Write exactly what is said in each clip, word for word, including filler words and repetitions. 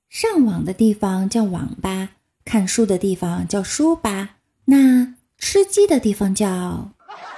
上网的地方叫网吧，看书的地方叫书吧，那吃鸡的地方叫……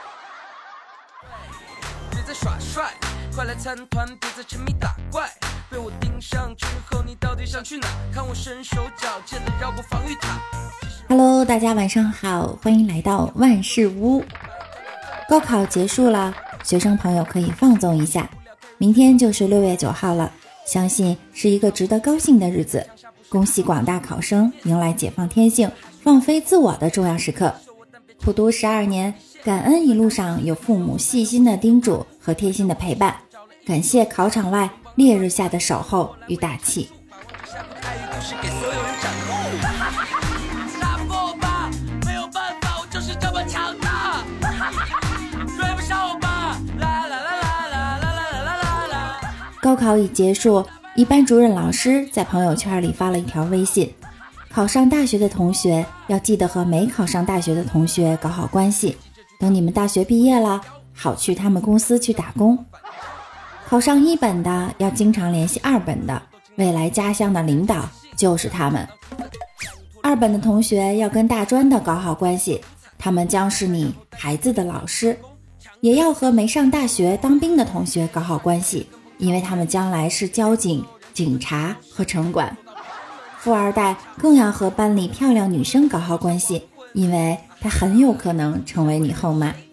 别再耍帅，快来参团，别再沉迷打怪。被我盯上之后，你到底想去哪？看我身手矫健的绕过防御塔。 Hello， 大家晚上好，欢迎来到万事屋。高考结束了，学生朋友可以放纵一下，明天就是六月九号了，相信是一个值得高兴的日子。恭喜广大考生迎来解放天性、放飞自我的重要时刻。苦读十二年，感恩一路上有父母细心的叮嘱和贴心的陪伴，感谢考场外烈日下的守候与打气。 打不过我吧，没有办法，我就是这么强大。追不上我吧，啦啦啦啦啦啦啦啦啦啦。 高考已结束，一班主任老师在朋友圈里发了一条微信：考上大学的同学要记得和没考上大学的同学搞好关系，等你们大学毕业了，好去他们公司去打工。考上一本的要经常联系二本的，未来家乡的领导就是他们。二本的同学要跟大专的搞好关系，他们将是你孩子的老师。也要和没上大学当兵的同学搞好关系，因为他们将来是交警、警察和城管。富二代更要和班里漂亮女生搞好关系，因为他很有可能成为你后妈。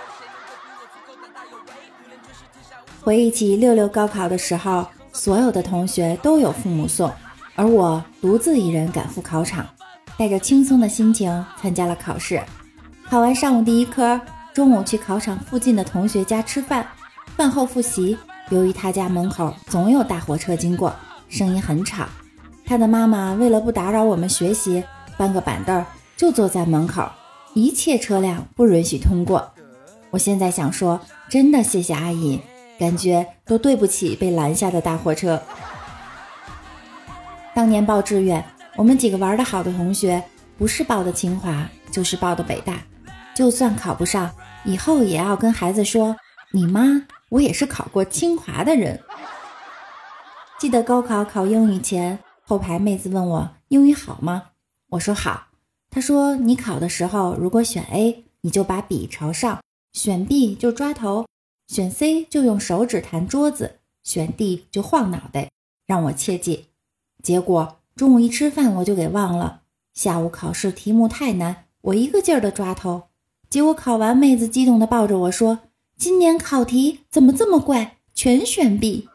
回忆起六六高考的时候，所有的同学都有父母送，而我独自一人赶赴考场，带着轻松的心情参加了考试。考完上午第一科，中午去考场附近的同学家吃饭，饭后复习。由于他家门口总有大货车经过，声音很吵，他的妈妈为了不打扰我们学习，搬个板凳就坐在门口，一切车辆不允许通过。我现在想说，真的谢谢阿姨，感觉都对不起被拦下的大货车。当年报志愿，我们几个玩得好的同学，不是报的清华，就是报的北大。就算考不上，以后也要跟孩子说，你妈，我也是考过清华的人。记得高考考英语前，后排妹子问我英语好吗？我说好。她说你考的时候，如果选 A， 你就把笔朝上，选 B 就抓头，选 C 就用手指弹桌子，选 D 就晃脑袋，让我切记。结果中午一吃饭我就给忘了，下午考试题目太难，我一个劲儿的抓头。结果考完，妹子激动地抱着我说，今年考题怎么这么怪，全选 B。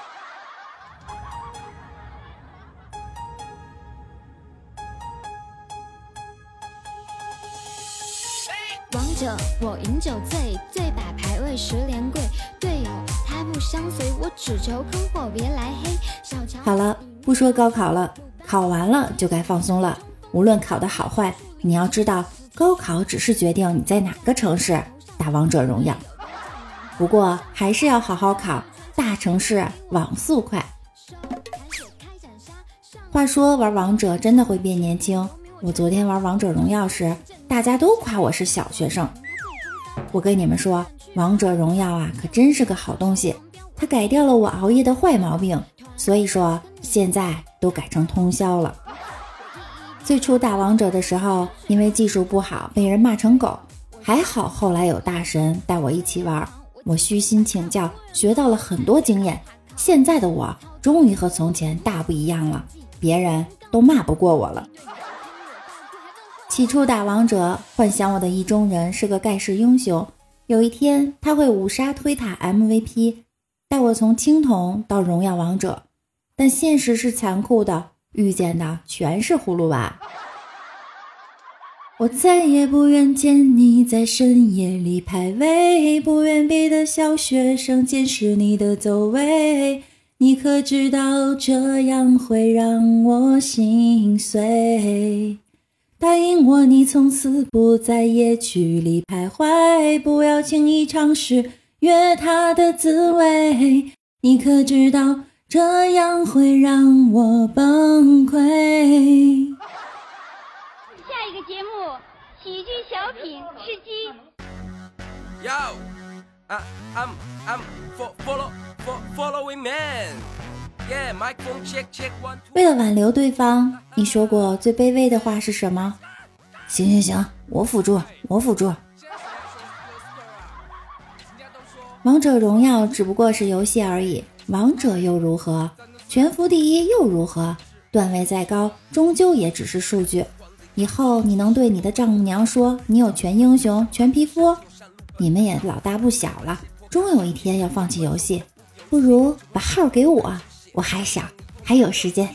王者我饮酒醉，醉把排位十连跪，队友他不相随，我只求坑货别来黑。小乔好了，不说高考了，考完了就该放松了。无论考得好坏，你要知道，高考只是决定你在哪个城市打王者荣耀。不过还是要好好考，大城市网速快。话说玩王者真的会变年轻，我昨天玩王者荣耀时，大家都夸我是小学生。我跟你们说，王者荣耀啊，可真是个好东西，它改掉了我熬夜的坏毛病，所以说现在都改成通宵了。最初打王者的时候，因为技术不好被人骂成狗，还好后来有大神带我一起玩，我虚心请教，学到了很多经验。现在的我终于和从前大不一样了，别人都骂不过我了。起初打王者，幻想我的意中人是个盖世英雄，有一天他会五杀推塔 M V P， 带我从青铜到荣耀王者。但现实是残酷的，遇见的全是葫芦娃。我再也不愿见你在深夜里排位，不愿逼得小学生监视你的走位，你可知道这样会让我心碎。答应我你从此不在夜曲里徘徊，不要轻易尝试越它的滋味，你可知道这样会让我崩溃。 下一个节目喜剧小品吃鸡。 Yo, I, I'm, I'm fo- follow, fo- following man. 为了挽留对方，你说过最卑微的话是什么？行行行，我辅助，我辅助。王者荣耀只不过是游戏而已，王者又如何？全服第一又如何？段位再高，终究也只是数据。以后你能对你的丈母娘说你有全英雄全皮肤？你们也老大不小了，终有一天要放弃游戏，不如把号给我，我还小，还有时间。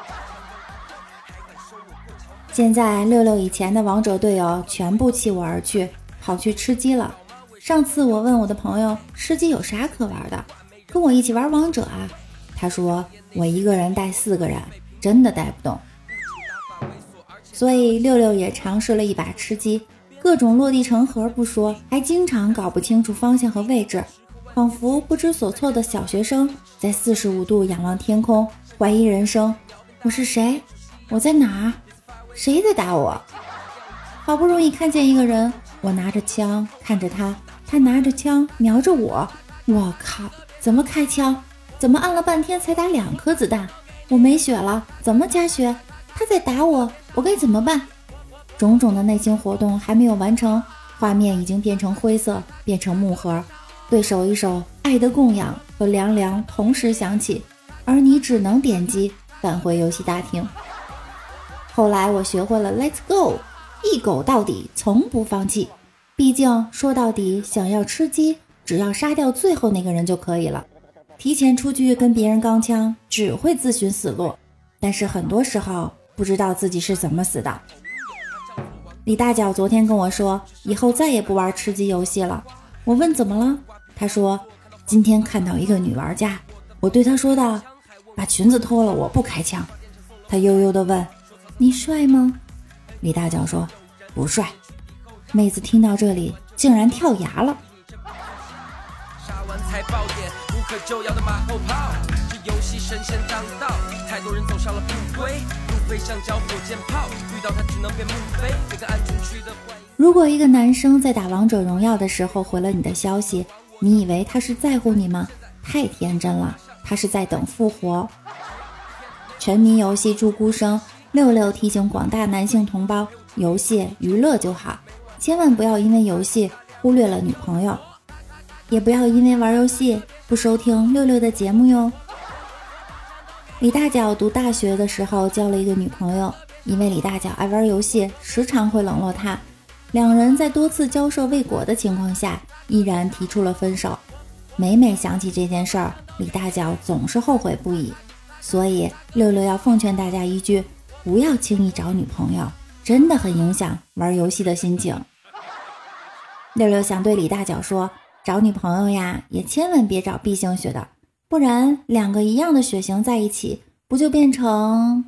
现在六六以前的王者队友全部弃我而去，跑去吃鸡了。上次我问我的朋友吃鸡有啥可玩的，跟我一起玩王者啊，他说我一个人带四个人真的带不动。所以六六也尝试了一把吃鸡，各种落地成盒不说，还经常搞不清楚方向和位置，仿佛不知所措的小学生在四十五度仰望天空，怀疑人生，我是谁？我在哪儿？谁在打我？好不容易看见一个人，我拿着枪看着他，他拿着枪瞄着我，我靠，怎么开枪？怎么按了半天才打两颗子弹？我没血了，怎么加血？他在打我，我该怎么办？种种的内心活动还没有完成，画面已经变成灰色，变成木盒，对手一首《爱的供养》和《凉凉》同时响起，而你只能点击返回游戏大厅。后来我学会了 Let's go， 一狗到底，从不放弃。毕竟说到底，想要吃鸡，只要杀掉最后那个人就可以了。提前出去跟别人刚枪，只会自寻死路，但是很多时候不知道自己是怎么死的。李大脚昨天跟我说，以后再也不玩吃鸡游戏了。我问怎么了，他说今天看到一个女玩家，我对他说道，把裙子脱了我不开枪。他悠悠地问，你帅吗？李大脚说不帅。妹子听到这里竟然跳崖了。 杀完才爆点，无可救药的马后炮，这游戏神仙当道，太多人走上了不归，路飞像交火箭炮，遇到他只能变墓碑，这个安全区的幻影。 如果一个男生在打王者荣耀的时候回了你的消息，你以为他是在乎你吗？太天真了，他是在等复活。沉迷游戏助孤生，六六提醒广大男性同胞，游戏娱乐就好，千万不要因为游戏忽略了女朋友，也不要因为玩游戏不收听六六的节目哟。李大脚读大学的时候交了一个女朋友，因为李大脚爱玩游戏，时常会冷落她，两人在多次交涉未果的情况下，毅然提出了分手。每每想起这件事儿，李大脚总是后悔不已。所以六六要奉劝大家一句，不要轻易找女朋友，真的很影响玩游戏的心情。六六想对李大脚说，找女朋友呀，也千万别找 B 型血的，不然两个一样的血型在一起，不就变成……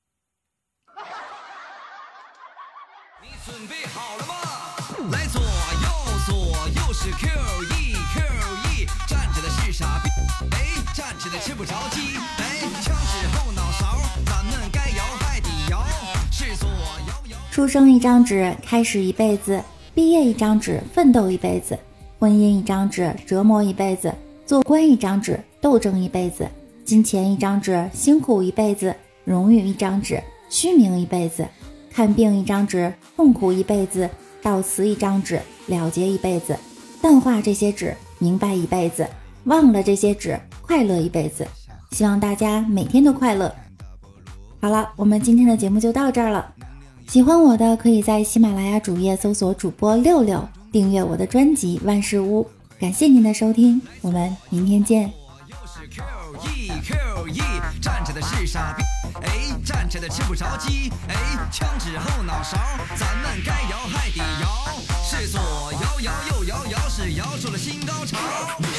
你准备好了吗？来左右左右是 Q E Q E， 站着的是傻逼，哎，站着的吃不着鸡，哎，枪指后脑勺，咱们该摇还得摇，是左摇摇。 出生一张纸，开始一辈子；毕业一张纸，奋斗一辈子；婚姻一张纸，折磨一辈子；做官一张纸，斗争一辈子；金钱一张纸，辛苦一辈子；荣誉一张纸，虚名一辈子；看病一张纸，痛苦一辈子；悼词一张纸，了结一辈子；淡化这些纸，明白一辈子；忘了这些纸，快乐一辈子。希望大家每天都快乐。好了，我们今天的节目就到这儿了。喜欢我的可以在喜马拉雅主页搜索主播六六，订阅我的专辑万事屋。感谢您的收听，我们明天见。 又是 Q E Q E， 站着的是傻逼，哎，站着的吃不着鸡，哎，枪指后脑勺，咱们该摇还得摇，是左摇摇右摇摇，是摇出了新高潮。